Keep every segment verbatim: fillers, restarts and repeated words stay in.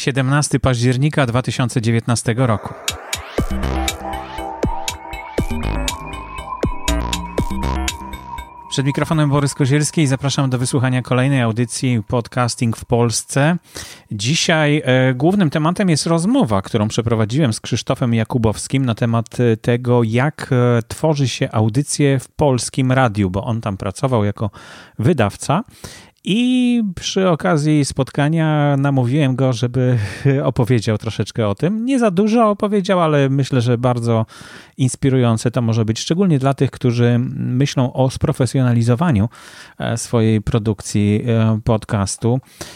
siedemnastego października dwa tysiące dziewiętnastego roku. Przed mikrofonem Borys Kozielski i zapraszam do wysłuchania kolejnej audycji Podcasting w Polsce. Dzisiaj e, głównym tematem jest rozmowa, którą przeprowadziłem z Krzysztofem Jakubowskim na temat tego, jak e, tworzy się audycje w polskim radiu, bo on tam pracował jako wydawca. I przy okazji spotkania namówiłem go, żeby opowiedział troszeczkę o tym. Nie za dużo opowiedział, ale myślę, że bardzo inspirujące to może być, szczególnie dla tych, którzy myślą o sprofesjonalizowaniu swojej produkcji podcastu.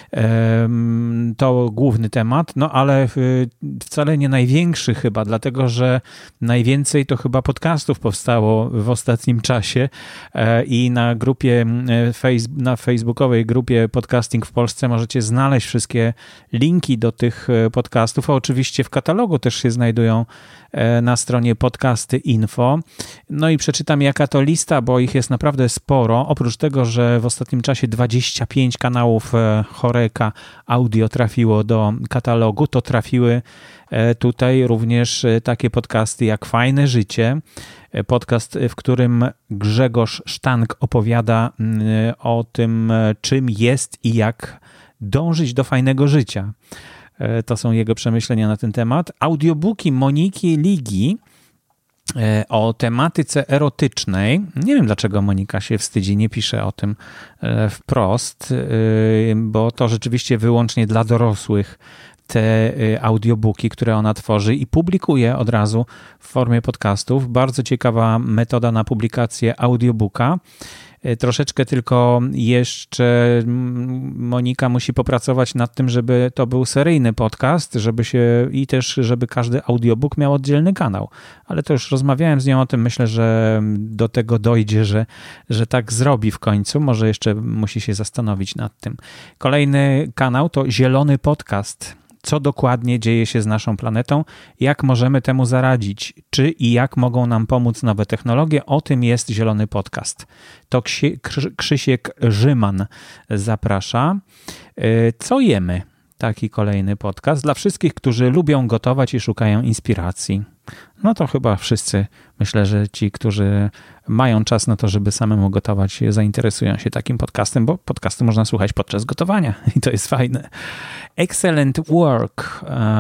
To główny temat, no ale wcale nie największy chyba, dlatego że najwięcej to chyba podcastów powstało w ostatnim czasie i na grupie na facebookowej grupie Podcasting w Polsce możecie znaleźć wszystkie linki do tych podcastów, a oczywiście w katalogu też się znajdują na stronie podcasty info. No i przeczytam jaka to lista, bo ich jest naprawdę sporo. Oprócz tego, że w ostatnim czasie dwadzieścia pięć kanałów Horeka Audio trafiło do katalogu, to trafiły tutaj również takie podcasty jak Fajne Życie, podcast, w którym Grzegorz Sztank opowiada o tym, czym jest i jak dążyć do fajnego życia. To są jego przemyślenia na ten temat. Audiobooki Moniki Ligi o tematyce erotycznej. Nie wiem, dlaczego Monika się wstydzi, nie pisze o tym wprost, bo to rzeczywiście wyłącznie dla dorosłych te audiobooki, które ona tworzy i publikuje od razu w formie podcastów. Bardzo ciekawa metoda na publikację audiobooka. Troszeczkę tylko jeszcze Monika musi popracować nad tym, żeby to był seryjny podcast, żeby się i też, żeby każdy audiobook miał oddzielny kanał. Ale to już rozmawiałem z nią o tym, myślę, że do tego dojdzie, że, że tak zrobi w końcu. Może jeszcze musi się zastanowić nad tym. Kolejny kanał to Zielony Podcast. Co dokładnie dzieje się z naszą planetą, jak możemy temu zaradzić, czy i jak mogą nam pomóc nowe technologie. O tym jest Zielony Podcast. To Krzysiek Rzyman zaprasza. Co jemy? Taki kolejny podcast dla wszystkich, którzy lubią gotować i szukają inspiracji. No to chyba wszyscy, myślę, że ci, którzy mają czas na to, żeby samemu gotować, zainteresują się takim podcastem, bo podcastu można słuchać podczas gotowania i to jest fajne. Excellent Work.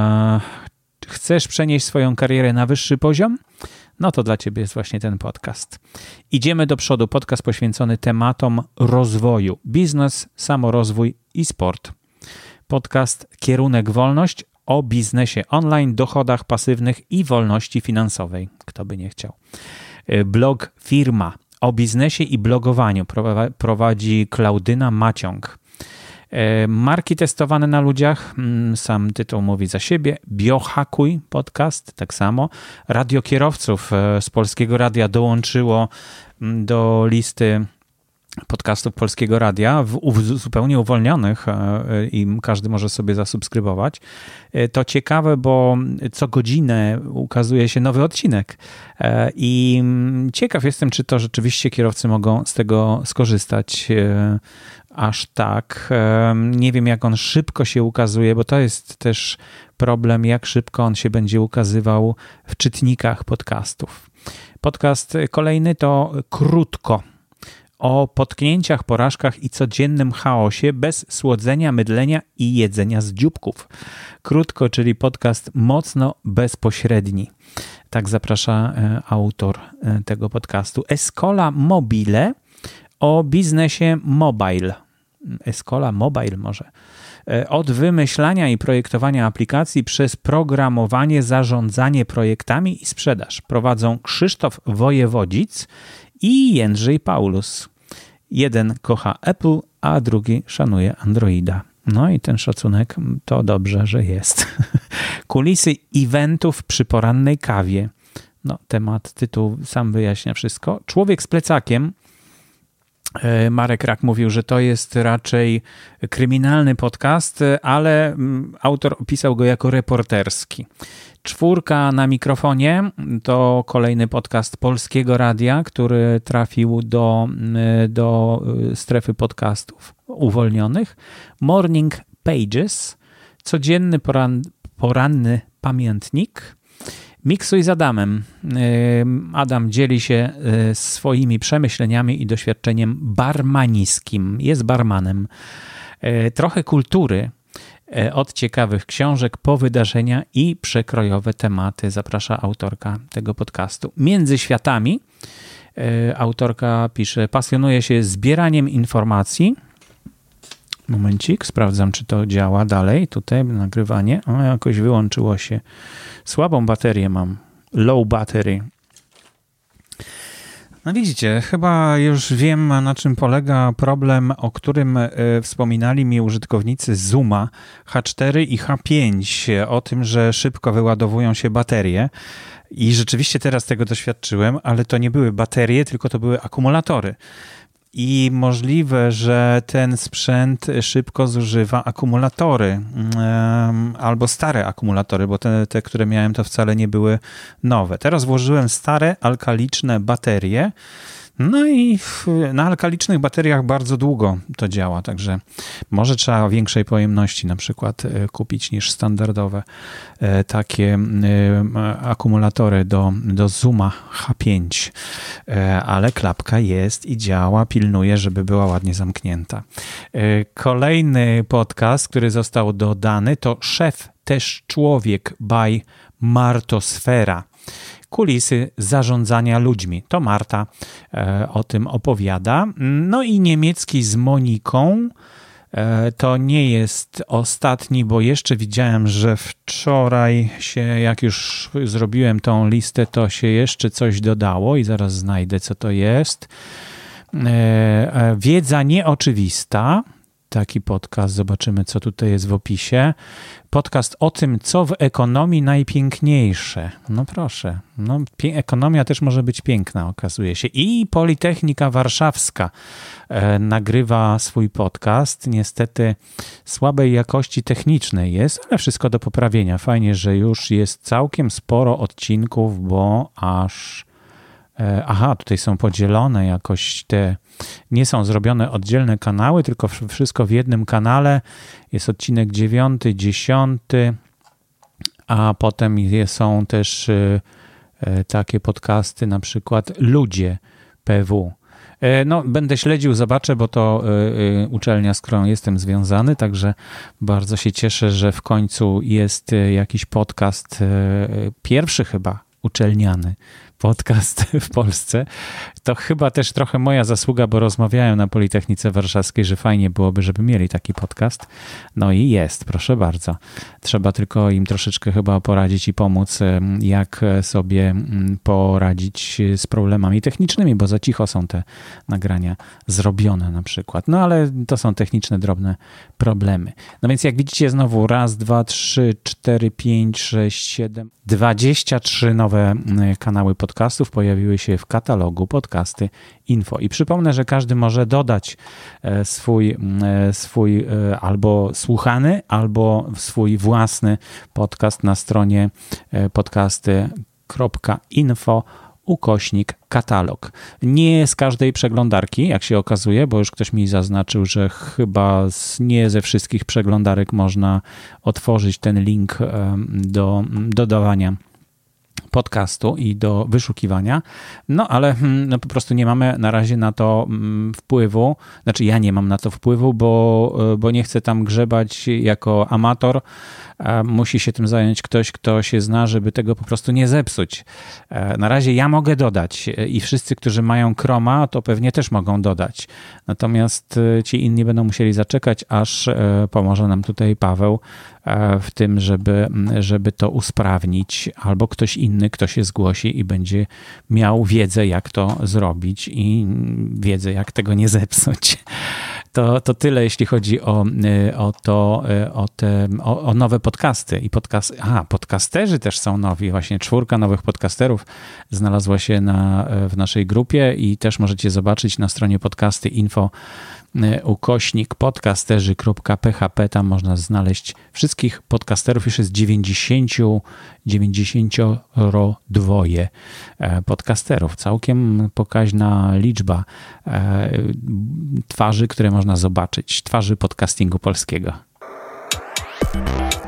Chcesz przenieść swoją karierę na wyższy poziom? No to dla ciebie jest właśnie ten podcast. Idziemy do przodu. Podcast poświęcony tematom rozwoju. Biznes, samorozwój i sport. Podcast Kierunek Wolność o biznesie online, dochodach pasywnych i wolności finansowej. Kto by nie chciał. Blog Firma o biznesie i blogowaniu prowadzi Klaudyna Maciąg. Marki testowane na ludziach, sam tytuł mówi za siebie. Biohakuj podcast, tak samo. Radiokierowców z Polskiego Radia dołączyło do listy podcastów Polskiego Radia, w, w, zupełnie uwolnionych i każdy może sobie zasubskrybować. To ciekawe, bo co godzinę ukazuje się nowy odcinek i ciekaw jestem, czy to rzeczywiście kierowcy mogą z tego skorzystać aż tak. Nie wiem, jak on szybko się ukazuje, bo to jest też problem, jak szybko on się będzie ukazywał w czytnikach podcastów. Podcast kolejny to Krótko. O potknięciach, porażkach i codziennym chaosie bez słodzenia, mydlenia i jedzenia z dzióbków. Krótko, czyli podcast mocno bezpośredni. Tak zaprasza autor tego podcastu. Escola Mobile o biznesie mobile. Escola Mobile może. Od wymyślania i projektowania aplikacji przez programowanie, zarządzanie projektami i sprzedaż. Prowadzą Krzysztof Wojewodzic i Jędrzej Paulus. Jeden kocha Apple, a drugi szanuje Androida. No i ten szacunek to dobrze, że jest. Kulisy eventów przy porannej kawie. No, temat, tytuł sam wyjaśnia wszystko. Człowiek z plecakiem. Marek Rak mówił, że to jest raczej kryminalny podcast, ale autor opisał go jako reporterski. Czwórka na mikrofonie to kolejny podcast Polskiego Radia, który trafił do, do strefy podcastów uwolnionych. Morning Pages codzienny poran, poranny pamiętnik. Miksuj z Adamem. Adam dzieli się swoimi przemyśleniami i doświadczeniem barmańskim. Jest barmanem. Trochę kultury od ciekawych książek po wydarzenia i przekrojowe tematy zaprasza autorka tego podcastu. Między światami autorka pisze, pasjonuje się zbieraniem informacji. Momencik, sprawdzam, czy to działa dalej. Tutaj nagrywanie. O, jakoś wyłączyło się. Słabą baterię mam. Low battery. No widzicie, chyba już wiem, na czym polega problem, o którym y, wspominali mi użytkownicy Zooma H cztery i H pięć. O tym, że szybko wyładowują się baterie. I rzeczywiście teraz tego doświadczyłem, ale to nie były baterie, tylko to były akumulatory. I możliwe, że ten sprzęt szybko zużywa akumulatory albo stare akumulatory, bo te, te, które miałem, to wcale nie były nowe. Teraz włożyłem stare alkaliczne baterie, no i na alkalicznych bateriach bardzo długo to działa, także może trzeba większej pojemności na przykład kupić niż standardowe takie akumulatory do, do Zooma H pięć, ale klapka jest i działa, pilnuje, żeby była ładnie zamknięta. Kolejny podcast, który został dodany, to Szef też człowiek by Martosfera. Kulisy zarządzania ludźmi. To Marta e, o tym opowiada. No i niemiecki z Moniką. E, to nie jest ostatni, bo jeszcze widziałem, że wczoraj się, jak już zrobiłem tą listę, to się jeszcze coś dodało i zaraz znajdę, co to jest. E, e, wiedza nieoczywista. Taki podcast, zobaczymy, co tutaj jest w opisie. Podcast o tym, co w ekonomii najpiękniejsze. No proszę, no, ekonomia też może być piękna, okazuje się. I Politechnika Warszawska e, nagrywa swój podcast. Niestety słabej jakości technicznej jest, ale wszystko do poprawienia. Fajnie, że już jest całkiem sporo odcinków, bo aż... Aha, tutaj są podzielone jakoś te, nie są zrobione oddzielne kanały, tylko wszystko w jednym kanale. Jest odcinek dziewiąty, dziesiąty, a potem są też takie podcasty, na przykład Ludzie P W. No, będę śledził, zobaczę, bo to uczelnia, z którą jestem związany, także bardzo się cieszę, że w końcu jest jakiś podcast, pierwszy chyba uczelniany podcast w Polsce. To chyba też trochę moja zasługa, bo rozmawiałem na Politechnice Warszawskiej, że fajnie byłoby, żeby mieli taki podcast. No i jest, proszę bardzo. Trzeba tylko im troszeczkę chyba poradzić i pomóc, jak sobie poradzić z problemami technicznymi, bo za cicho są te nagrania zrobione na przykład. No ale to są techniczne, drobne problemy. No więc jak widzicie znowu raz, dwa, trzy, cztery, pięć, sześć, siedem, dwadzieścia trzy nowe kanały podcastów pojawiły się w katalogu Podcasty Info. I przypomnę, że każdy może dodać swój, swój albo słuchany, albo swój własny podcast na stronie podcasty kropka info ukośnik katalog. Nie z każdej przeglądarki, jak się okazuje, bo już ktoś mi zaznaczył, że chyba z, nie ze wszystkich przeglądarek można otworzyć ten link do dodawania podcastu i do wyszukiwania, no ale no, po prostu nie mamy na razie na to wpływu, znaczy ja nie mam na to wpływu, bo, bo nie chcę tam grzebać jako amator, musi się tym zająć ktoś, kto się zna, żeby tego po prostu nie zepsuć. Na razie ja mogę dodać i wszyscy, którzy mają Chroma, to pewnie też mogą dodać, natomiast ci inni będą musieli zaczekać, aż pomoże nam tutaj Paweł w tym, żeby, żeby to usprawnić, albo ktoś inny, kto się zgłosi i będzie miał wiedzę, jak to zrobić i wiedzę, jak tego nie zepsuć. To, to tyle, jeśli chodzi o, o to, o, te, o, o nowe podcasty. I podcast, aha, podcasterzy też są nowi. Właśnie czwórka nowych podcasterów znalazła się na, w naszej grupie i też możecie zobaczyć na stronie podcasty info ukośnik podcasterzy kropka p h p. Tam można znaleźć wszystkich podcasterów. Już jest dziewięćdziesięciu, dziewięćdziesięciu dwoje podcasterów. Całkiem pokaźna liczba twarzy, które można zobaczyć. Twarzy podcastingu polskiego.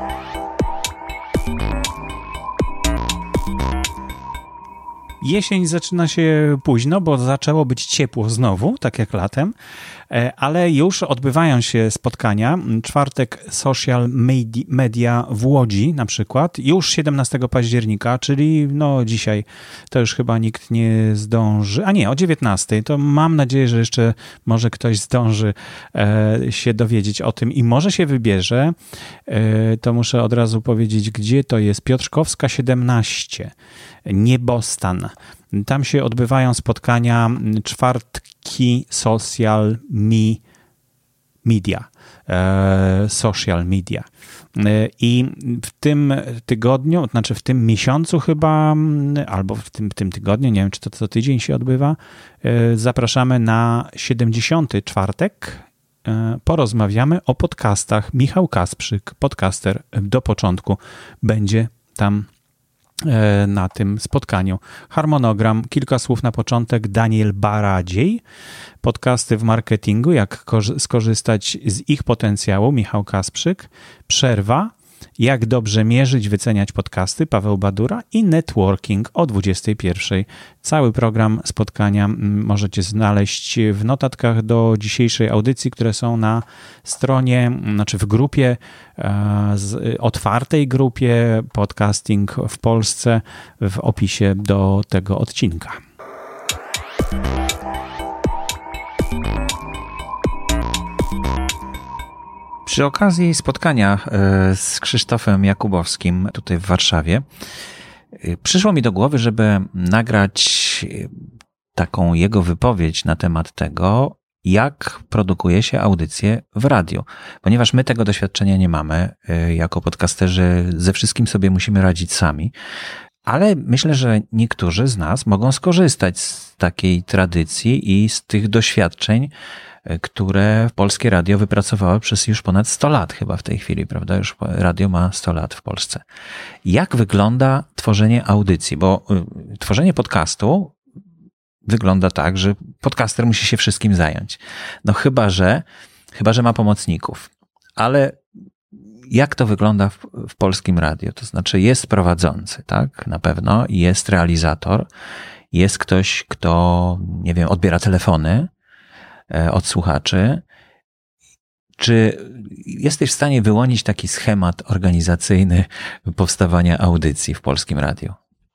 Jesień zaczyna się późno, bo zaczęło być ciepło znowu, tak jak latem, ale już odbywają się spotkania. Czwartek Social Media w Łodzi na przykład, już siedemnastego października, czyli no dzisiaj to już chyba nikt nie zdąży, a nie, o dziewiętnastej, to mam nadzieję, że jeszcze może ktoś zdąży się dowiedzieć o tym i może się wybierze. To muszę od razu powiedzieć, gdzie to jest. Piotrkowska siedemnaście, Niebostan. Tam się odbywają spotkania czwartki social mi, media. E, social media. E, I w tym tygodniu, znaczy w tym miesiącu chyba, albo w tym, w tym tygodniu, nie wiem, czy to co tydzień się odbywa, e, zapraszamy na siedemdziesiąty czwartek. E, porozmawiamy o podcastach. Michał Kasprzyk, podcaster do początku, będzie tam na tym spotkaniu. Harmonogram, kilka słów na początek. Daniel Baradziej, podcasty w marketingu, jak skorzystać z ich potencjału, Michał Kasprzyk. Przerwa, jak dobrze mierzyć, wyceniać podcasty, Paweł Badura i networking o dwudziestej pierwszej. Cały program spotkania możecie znaleźć w notatkach do dzisiejszej audycji, które są na stronie, znaczy w grupie, z otwartej grupie Podcasting w Polsce, w opisie do tego odcinka. Przy okazji spotkania z Krzysztofem Jakubowskim tutaj w Warszawie przyszło mi do głowy, żeby nagrać taką jego wypowiedź na temat tego, jak produkuje się audycje w radiu. Ponieważ my tego doświadczenia nie mamy, jako podcasterzy ze wszystkim sobie musimy radzić sami, ale myślę, że niektórzy z nas mogą skorzystać z takiej tradycji i z tych doświadczeń, które Polskie Radio wypracowało przez już ponad sto lat chyba w tej chwili, prawda? Już radio ma sto lat w Polsce. Jak wygląda tworzenie audycji? Bo tworzenie podcastu wygląda tak, że podcaster musi się wszystkim zająć. No chyba, że chyba, że ma pomocników. Ale jak to wygląda w, w Polskim Radiu? To znaczy jest prowadzący, tak? Na pewno. Jest realizator. Jest ktoś, kto, nie wiem, odbiera telefony od słuchaczy. Czy jesteś w stanie wyłonić taki schemat organizacyjny powstawania audycji w Polskim Radiu?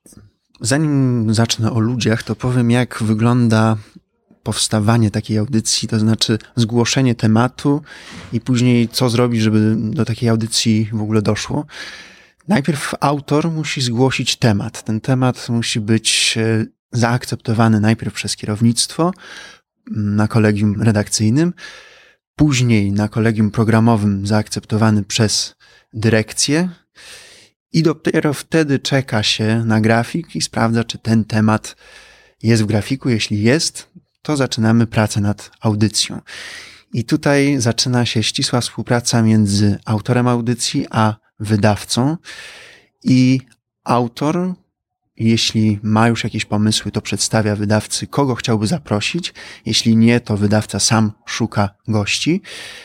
Zanim zacznę o ludziach, to powiem, jak wygląda powstawanie takiej audycji, to znaczy zgłoszenie tematu i później co zrobić, żeby do takiej audycji w ogóle doszło. Najpierw autor musi zgłosić temat. Ten temat musi być zaakceptowany najpierw przez kierownictwo na kolegium redakcyjnym, później na kolegium programowym zaakceptowany przez dyrekcję i dopiero wtedy czeka się na grafik i sprawdza, czy ten temat jest w grafiku. Jeśli jest, to zaczynamy pracę nad audycją. I tutaj zaczyna się ścisła współpraca między autorem audycji a wydawcą i autor, jeśli ma już jakieś pomysły, to przedstawia wydawcy, kogo chciałby zaprosić. Jeśli nie, to wydawca sam szuka gości.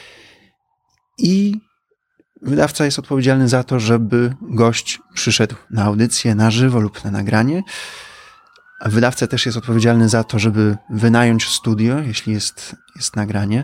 I wydawca jest odpowiedzialny za to, żeby gość przyszedł na audycję na żywo lub na nagranie. A wydawca też jest odpowiedzialny za to, żeby wynająć studio, jeśli jest, jest nagranie.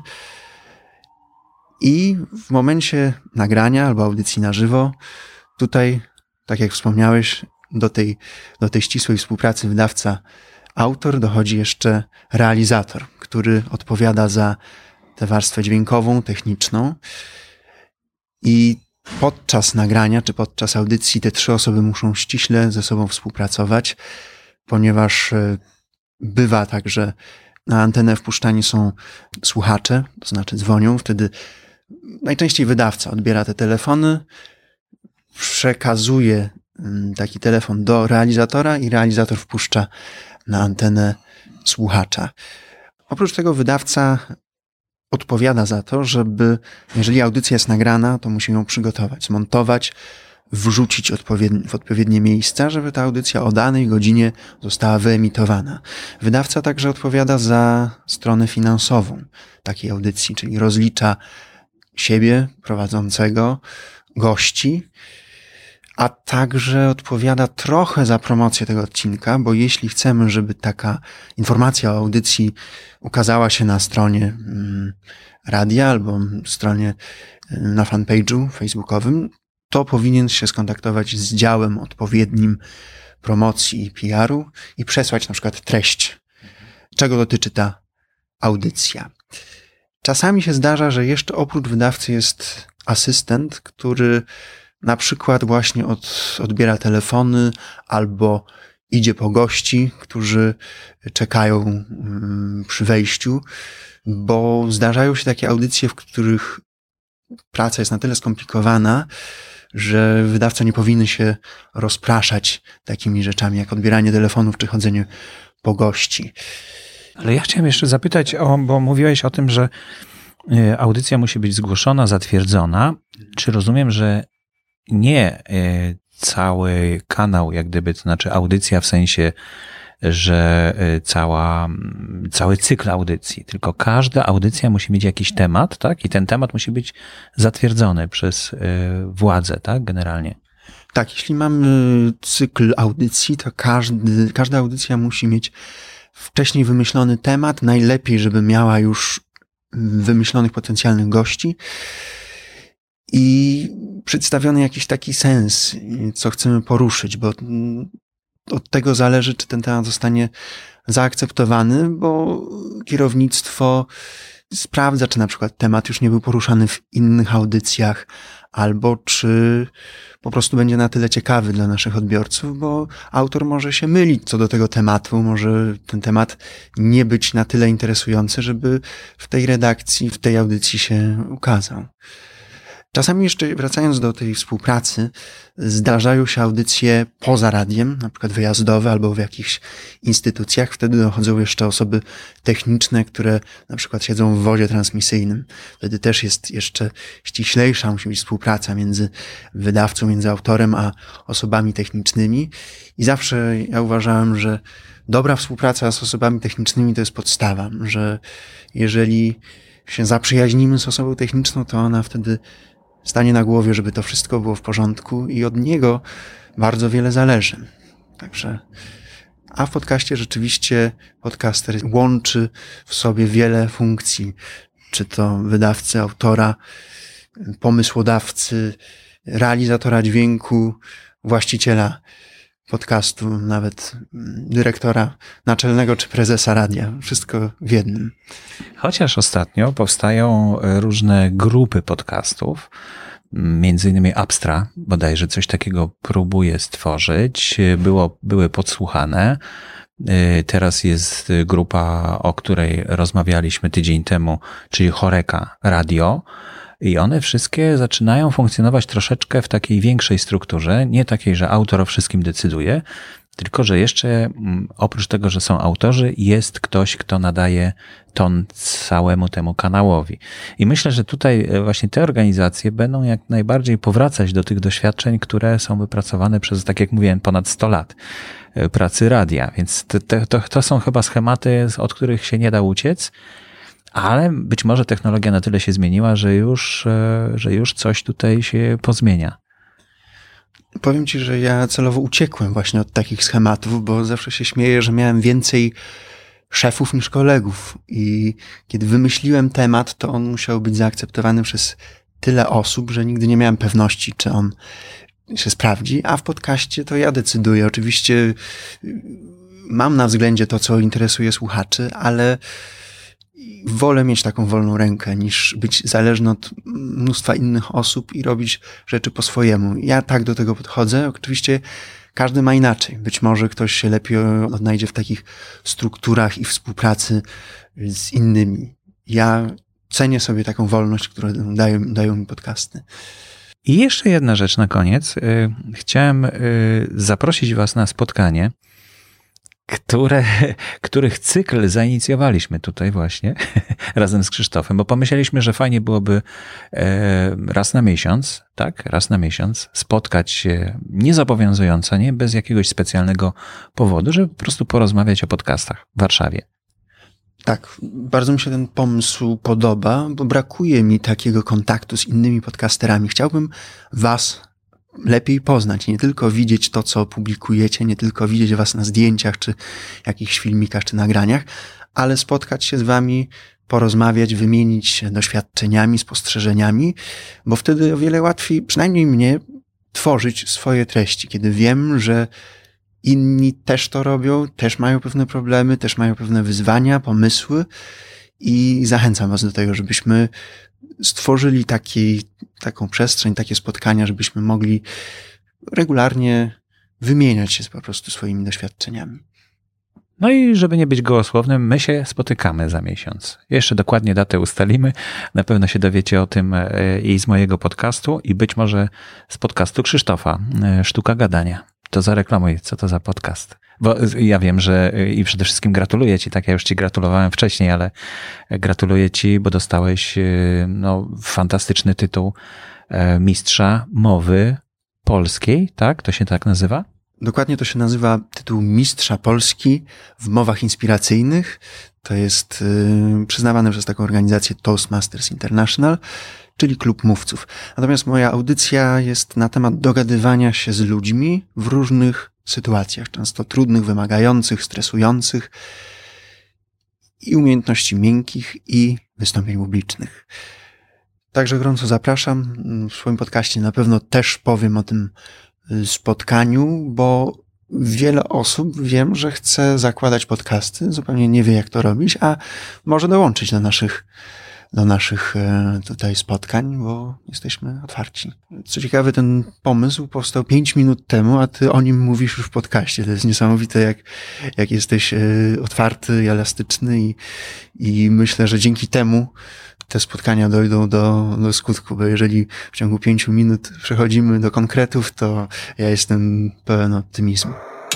I w momencie nagrania albo audycji na żywo, tutaj, tak jak wspomniałeś, do tej, do tej ścisłej współpracy wydawca-autor dochodzi jeszcze realizator, który odpowiada za tę warstwę dźwiękową, techniczną. I podczas nagrania czy podczas audycji te trzy osoby muszą ściśle ze sobą współpracować, ponieważ bywa tak, że na antenę wpuszczani są słuchacze, to znaczy dzwonią, wtedy najczęściej wydawca odbiera te telefony, przekazuje taki telefon do realizatora i realizator wpuszcza na antenę słuchacza. Oprócz tego wydawca odpowiada za to, żeby, jeżeli audycja jest nagrana, to musi ją przygotować, zmontować, wrzucić odpowiednie, w odpowiednie miejsca, żeby ta audycja o danej godzinie została wyemitowana. Wydawca także odpowiada za stronę finansową takiej audycji, czyli rozlicza siebie, prowadzącego, gości, a także odpowiada trochę za promocję tego odcinka, bo jeśli chcemy, żeby taka informacja o audycji ukazała się na stronie mm, radia albo stronie na fanpage'u facebookowym, to powinien się skontaktować z działem odpowiednim promocji i P R-u i przesłać na przykład treść, czego dotyczy ta audycja. Czasami się zdarza, że jeszcze oprócz wydawcy jest asystent, który na przykład właśnie od, odbiera telefony albo idzie po gości, którzy czekają przy wejściu, bo zdarzają się takie audycje, w których praca jest na tyle skomplikowana, że wydawca nie powinien się rozpraszać takimi rzeczami jak odbieranie telefonów czy chodzenie po gości. Ale ja chciałem jeszcze zapytać, o, bo mówiłeś o tym, że audycja musi być zgłoszona, zatwierdzona. Czy rozumiem, że nie cały kanał, jak gdyby, to znaczy audycja w sensie, że cała, cały cykl audycji, tylko każda audycja musi mieć jakiś temat, tak? I ten temat musi być zatwierdzony przez władzę, tak? Generalnie. Tak, jeśli mamy cykl audycji, to każdy, każda audycja musi mieć wcześniej wymyślony temat, najlepiej, żeby miała już wymyślonych potencjalnych gości i przedstawiony jakiś taki sens, co chcemy poruszyć, bo od tego zależy, czy ten temat zostanie zaakceptowany, bo kierownictwo sprawdza, czy na przykład temat już nie był poruszany w innych audycjach, albo czy po prostu będzie na tyle ciekawy dla naszych odbiorców, bo autor może się mylić co do tego tematu, może ten temat nie być na tyle interesujący, żeby w tej redakcji, w tej audycji się ukazał. Czasami jeszcze wracając do tej współpracy, zdarzają się audycje poza radiem, na przykład wyjazdowe albo w jakichś instytucjach. Wtedy dochodzą jeszcze osoby techniczne, które na przykład siedzą w wozie transmisyjnym. Wtedy też jest jeszcze ściślejsza, musi być współpraca między wydawcą, między autorem a osobami technicznymi. I zawsze ja uważałem, że dobra współpraca z osobami technicznymi to jest podstawa, że jeżeli się zaprzyjaźnimy z osobą techniczną, to ona wtedy stanie na głowie, żeby to wszystko było w porządku i od niego bardzo wiele zależy. Także, a w podcaście rzeczywiście podcaster łączy w sobie wiele funkcji, czy to wydawcy, autora, pomysłodawcy, realizatora dźwięku, właściciela podcastu, nawet dyrektora naczelnego czy prezesa radia. Wszystko w jednym. Chociaż ostatnio powstają różne grupy podcastów, między innymi Abstra, bodajże coś takiego próbuje stworzyć. Było, były podsłuchane. Teraz jest grupa, o której rozmawialiśmy tydzień temu, czyli Choreka Radio. I one wszystkie zaczynają funkcjonować troszeczkę w takiej większej strukturze, nie takiej, że autor o wszystkim decyduje, tylko że jeszcze oprócz tego, że są autorzy, jest ktoś, kto nadaje ton całemu temu kanałowi. I myślę, że tutaj właśnie te organizacje będą jak najbardziej powracać do tych doświadczeń, które są wypracowane przez, tak jak mówiłem, ponad sto lat pracy radia. Więc to, to, to są chyba schematy, od których się nie da uciec. Ale być może technologia na tyle się zmieniła, że już, że już coś tutaj się pozmienia. Powiem ci, że ja celowo uciekłem właśnie od takich schematów, bo zawsze się śmieję, że miałem więcej szefów niż kolegów i kiedy wymyśliłem temat, to on musiał być zaakceptowany przez tyle osób, że nigdy nie miałem pewności, czy on się sprawdzi, a w podcaście to ja decyduję. Oczywiście mam na względzie to, co interesuje słuchaczy, ale wolę mieć taką wolną rękę, niż być zależny od mnóstwa innych osób i robić rzeczy po swojemu. Ja tak do tego podchodzę. Oczywiście każdy ma inaczej. Być może ktoś się lepiej odnajdzie w takich strukturach i współpracy z innymi. Ja cenię sobie taką wolność, którą dają, dają mi podcasty. I jeszcze jedna rzecz na koniec. Chciałem zaprosić was na spotkanie, które, których cykl zainicjowaliśmy tutaj właśnie razem z Krzysztofem, bo pomyśleliśmy, że fajnie byłoby raz na miesiąc, tak, raz na miesiąc spotkać się niezobowiązująco, nie bez jakiegoś specjalnego powodu, żeby po prostu porozmawiać o podcastach w Warszawie. Tak, bardzo mi się ten pomysł podoba, bo brakuje mi takiego kontaktu z innymi podcasterami. Chciałbym was lepiej poznać, nie tylko widzieć to, co publikujecie, nie tylko widzieć was na zdjęciach, czy jakichś filmikach, czy nagraniach, ale spotkać się z wami, porozmawiać, wymienić się doświadczeniami, spostrzeżeniami, bo wtedy o wiele łatwiej, przynajmniej mnie, tworzyć swoje treści, kiedy wiem, że inni też to robią, też mają pewne problemy, też mają pewne wyzwania, pomysły i zachęcam was do tego, żebyśmy stworzyli taki, taką przestrzeń, takie spotkania, żebyśmy mogli regularnie wymieniać się po prostu swoimi doświadczeniami. No i żeby nie być gołosłownym, my się spotykamy za miesiąc. Jeszcze dokładnie datę ustalimy. Na pewno się dowiecie o tym i z mojego podcastu i być może z podcastu Krzysztofa, Sztuka Gadania. To zareklamuj, co to za podcast. Bo ja wiem, że i przede wszystkim gratuluję ci, tak ja już ci gratulowałem wcześniej, ale gratuluję ci, bo dostałeś no, fantastyczny tytuł mistrza mowy polskiej, tak? To się tak nazywa? Dokładnie to się nazywa tytuł Mistrza Polski w mowach inspiracyjnych. To jest yy, przyznawane przez taką organizację Toastmasters International, czyli klub mówców. Natomiast moja audycja jest na temat dogadywania się z ludźmi w różnych sytuacjach, często trudnych, wymagających, stresujących i umiejętności miękkich i wystąpień publicznych. Także gorąco zapraszam. W swoim podcaście na pewno też powiem o tym spotkaniu, bo wiele osób wiem, że chce zakładać podcasty, zupełnie nie wie, jak to robić, a może dołączyć do naszych, do naszych tutaj spotkań, bo jesteśmy otwarci. Co ciekawe, ten pomysł powstał pięć minut temu, a ty o nim mówisz już w podcaście. To jest niesamowite, jak, jak jesteś otwarty i elastyczny i, i myślę, że dzięki temu te spotkania dojdą do, do skutku, bo jeżeli w ciągu pięciu minut przechodzimy do konkretów, to ja jestem pełen optymizmu.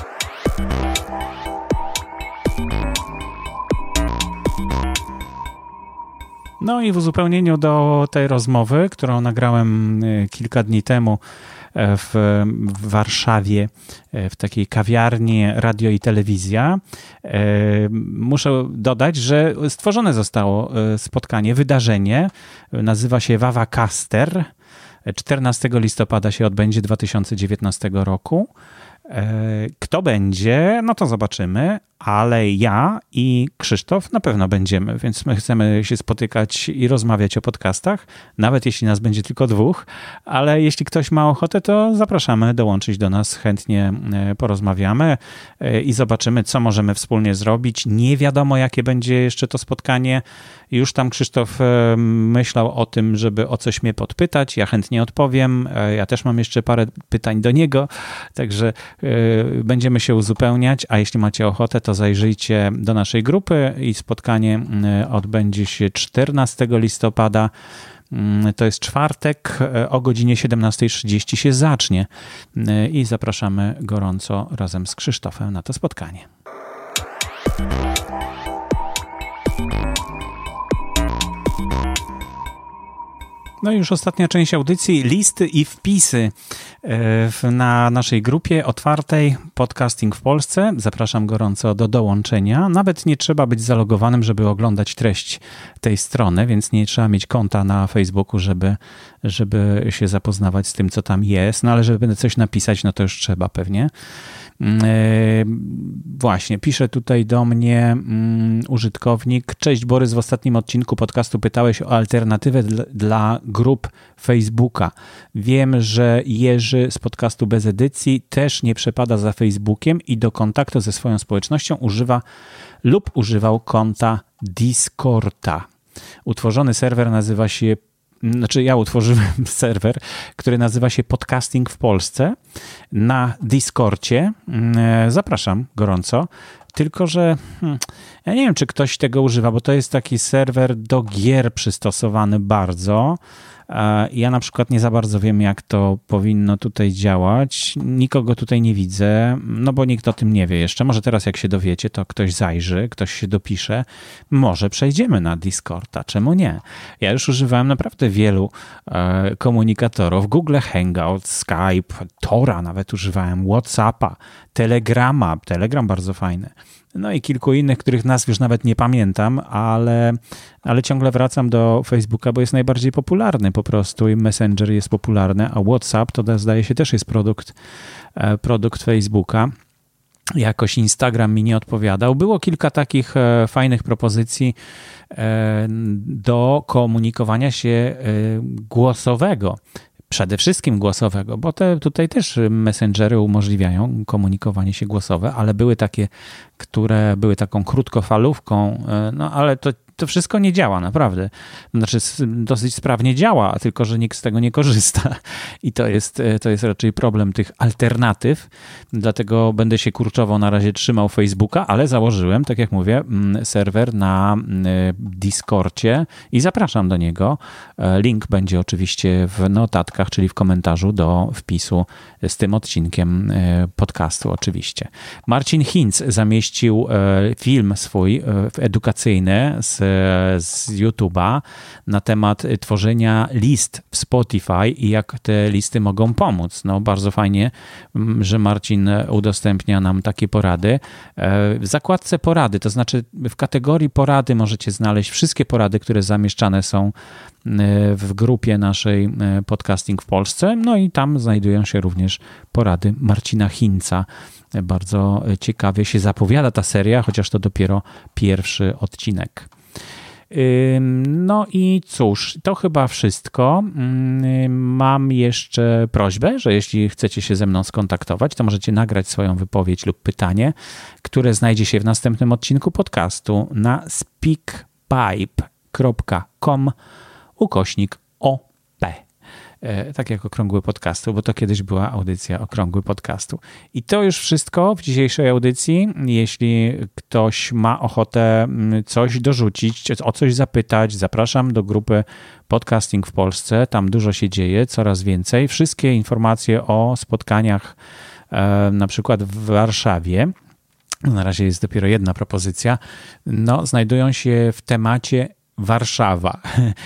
No i w uzupełnieniu do tej rozmowy, którą nagrałem kilka dni temu w, w Warszawie, w takiej kawiarni Radio i Telewizja, muszę dodać, że stworzone zostało spotkanie, wydarzenie, nazywa się Wawacaster. czternastego listopada się odbędzie dwa tysiące dziewiętnastego roku. Kto będzie, no to zobaczymy, ale ja i Krzysztof na pewno będziemy, więc my chcemy się spotykać i rozmawiać o podcastach, nawet jeśli nas będzie tylko dwóch, ale jeśli ktoś ma ochotę, to zapraszamy dołączyć do nas, chętnie porozmawiamy i zobaczymy, co możemy wspólnie zrobić. Nie wiadomo, jakie będzie jeszcze to spotkanie. Już tam Krzysztof myślał o tym, żeby o coś mnie podpytać, ja chętnie odpowiem, ja też mam jeszcze parę pytań do niego, także będziemy się uzupełniać, a jeśli macie ochotę, to zajrzyjcie do naszej grupy i spotkanie odbędzie się czternastego listopada. To jest czwartek, o godzinie siedemnasta trzydzieści się zacznie i zapraszamy gorąco razem z Krzysztofem na to spotkanie. No i już ostatnia część audycji, listy i wpisy na naszej grupie otwartej Podcasting w Polsce. Zapraszam gorąco do dołączenia. Nawet nie trzeba być zalogowanym, żeby oglądać treść tej strony, więc nie trzeba mieć konta na Facebooku, żeby, żeby się zapoznawać z tym, co tam jest. No ale żeby coś napisać, no to już trzeba pewnie. Właśnie, pisze tutaj do mnie um, użytkownik. Cześć Borys, w ostatnim odcinku podcastu pytałeś o alternatywę dla, dla grup Facebooka. Wiem, że Jerzy z podcastu Bez Edycji też nie przepada za Facebookiem i do kontaktu ze swoją społecznością używa lub używał konta Discorda. Utworzony serwer nazywa się Znaczy ja utworzyłem serwer, który nazywa się Podcasting w Polsce na Discordzie. Zapraszam gorąco. Tylko że hmm, ja nie wiem, czy ktoś tego używa, bo to jest taki serwer do gier przystosowany bardzo. Ja na przykład nie za bardzo wiem, jak to powinno tutaj działać. Nikogo tutaj nie widzę, no bo nikt o tym nie wie jeszcze. Może teraz jak się dowiecie, to ktoś zajrzy, ktoś się dopisze. Może przejdziemy na Discorda, czemu nie? Ja już używałem naprawdę wielu e, komunikatorów. Google Hangout, Skype, Tora nawet używałem, WhatsAppa, Telegrama. Telegram bardzo fajny. no i kilku innych, których nazw już nawet nie pamiętam, ale, ale ciągle wracam do Facebooka, bo jest najbardziej popularny po prostu i Messenger jest popularny, a WhatsApp to zdaje się też jest produkt, produkt Facebooka. Jakoś Instagram mi nie odpowiadał. Było kilka takich e, fajnych propozycji e, do komunikowania się e, głosowego. Przede wszystkim głosowego, bo te tutaj też messengery umożliwiają komunikowanie się głosowe, ale były takie, które były taką krótkofalówką, e, no ale to to wszystko nie działa, naprawdę. Znaczy dosyć sprawnie działa, tylko że nikt z tego nie korzysta. I to jest, to jest raczej problem tych alternatyw. Dlatego będę się kurczowo na razie trzymał Facebooka, ale założyłem, tak jak mówię, serwer na Discordzie i zapraszam do niego. Link będzie oczywiście w notatkach, czyli w komentarzu do wpisu z tym odcinkiem podcastu oczywiście. Marcin Hinz zamieścił film swój edukacyjny z z YouTube'a na temat tworzenia list w Spotify i jak te listy mogą pomóc. No bardzo fajnie, że Marcin udostępnia nam takie porady. W zakładce porady, to znaczy w kategorii porady możecie znaleźć wszystkie porady, które zamieszczane są w grupie naszej Podcasting w Polsce. No i tam znajdują się również porady Marcina Hinza. Bardzo ciekawie się zapowiada ta seria, chociaż to dopiero pierwszy odcinek. No i cóż, to chyba wszystko. Mam jeszcze prośbę, że jeśli chcecie się ze mną skontaktować, to możecie nagrać swoją wypowiedź lub pytanie, które znajdzie się w następnym odcinku podcastu na speakpipe kropka com ukośnik O P. Tak jak Okrągły Podcastu, bo to kiedyś była audycja Okrągły Podcastu. I to już wszystko w dzisiejszej audycji. Jeśli ktoś ma ochotę coś dorzucić, o coś zapytać, zapraszam do grupy Podcasting w Polsce. Tam dużo się dzieje, coraz więcej. Wszystkie informacje o spotkaniach na przykład w Warszawie, na razie jest dopiero jedna propozycja, no, znajdują się w temacie Warszawa.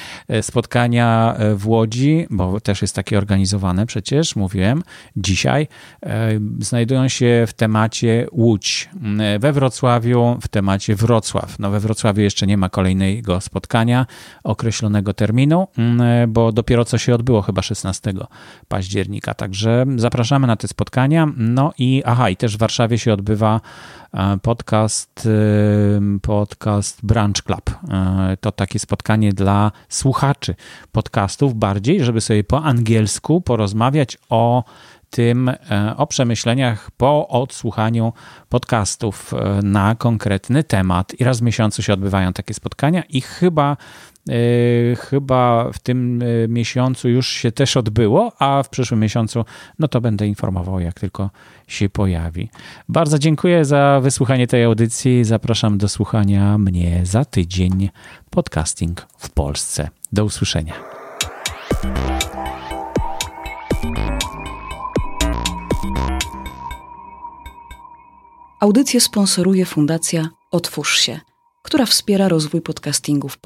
Spotkania w Łodzi, bo też jest takie organizowane przecież, mówiłem, dzisiaj, znajdują się w temacie Łódź. We Wrocławiu w temacie Wrocław. No we Wrocławiu jeszcze nie ma kolejnego spotkania, określonego terminu, bo dopiero co się odbyło chyba szesnastego października. Także zapraszamy na te spotkania. No i aha, i też w Warszawie się odbywa podcast, podcast Branch Club. To takie spotkanie dla słuchaczy podcastów bardziej, żeby sobie po angielsku porozmawiać o tym, o przemyśleniach po odsłuchaniu podcastów na konkretny temat. I raz w miesiącu się odbywają takie spotkania i chyba Yy, chyba w tym miesiącu już się też odbyło, a w przyszłym miesiącu no to będę informował, jak tylko się pojawi. Bardzo dziękuję za wysłuchanie tej audycji. Zapraszam do słuchania mnie za tydzień. Podcasting w Polsce. Do usłyszenia. Audycję sponsoruje Fundacja Otwórz się, która wspiera rozwój podcastingu w Polsce.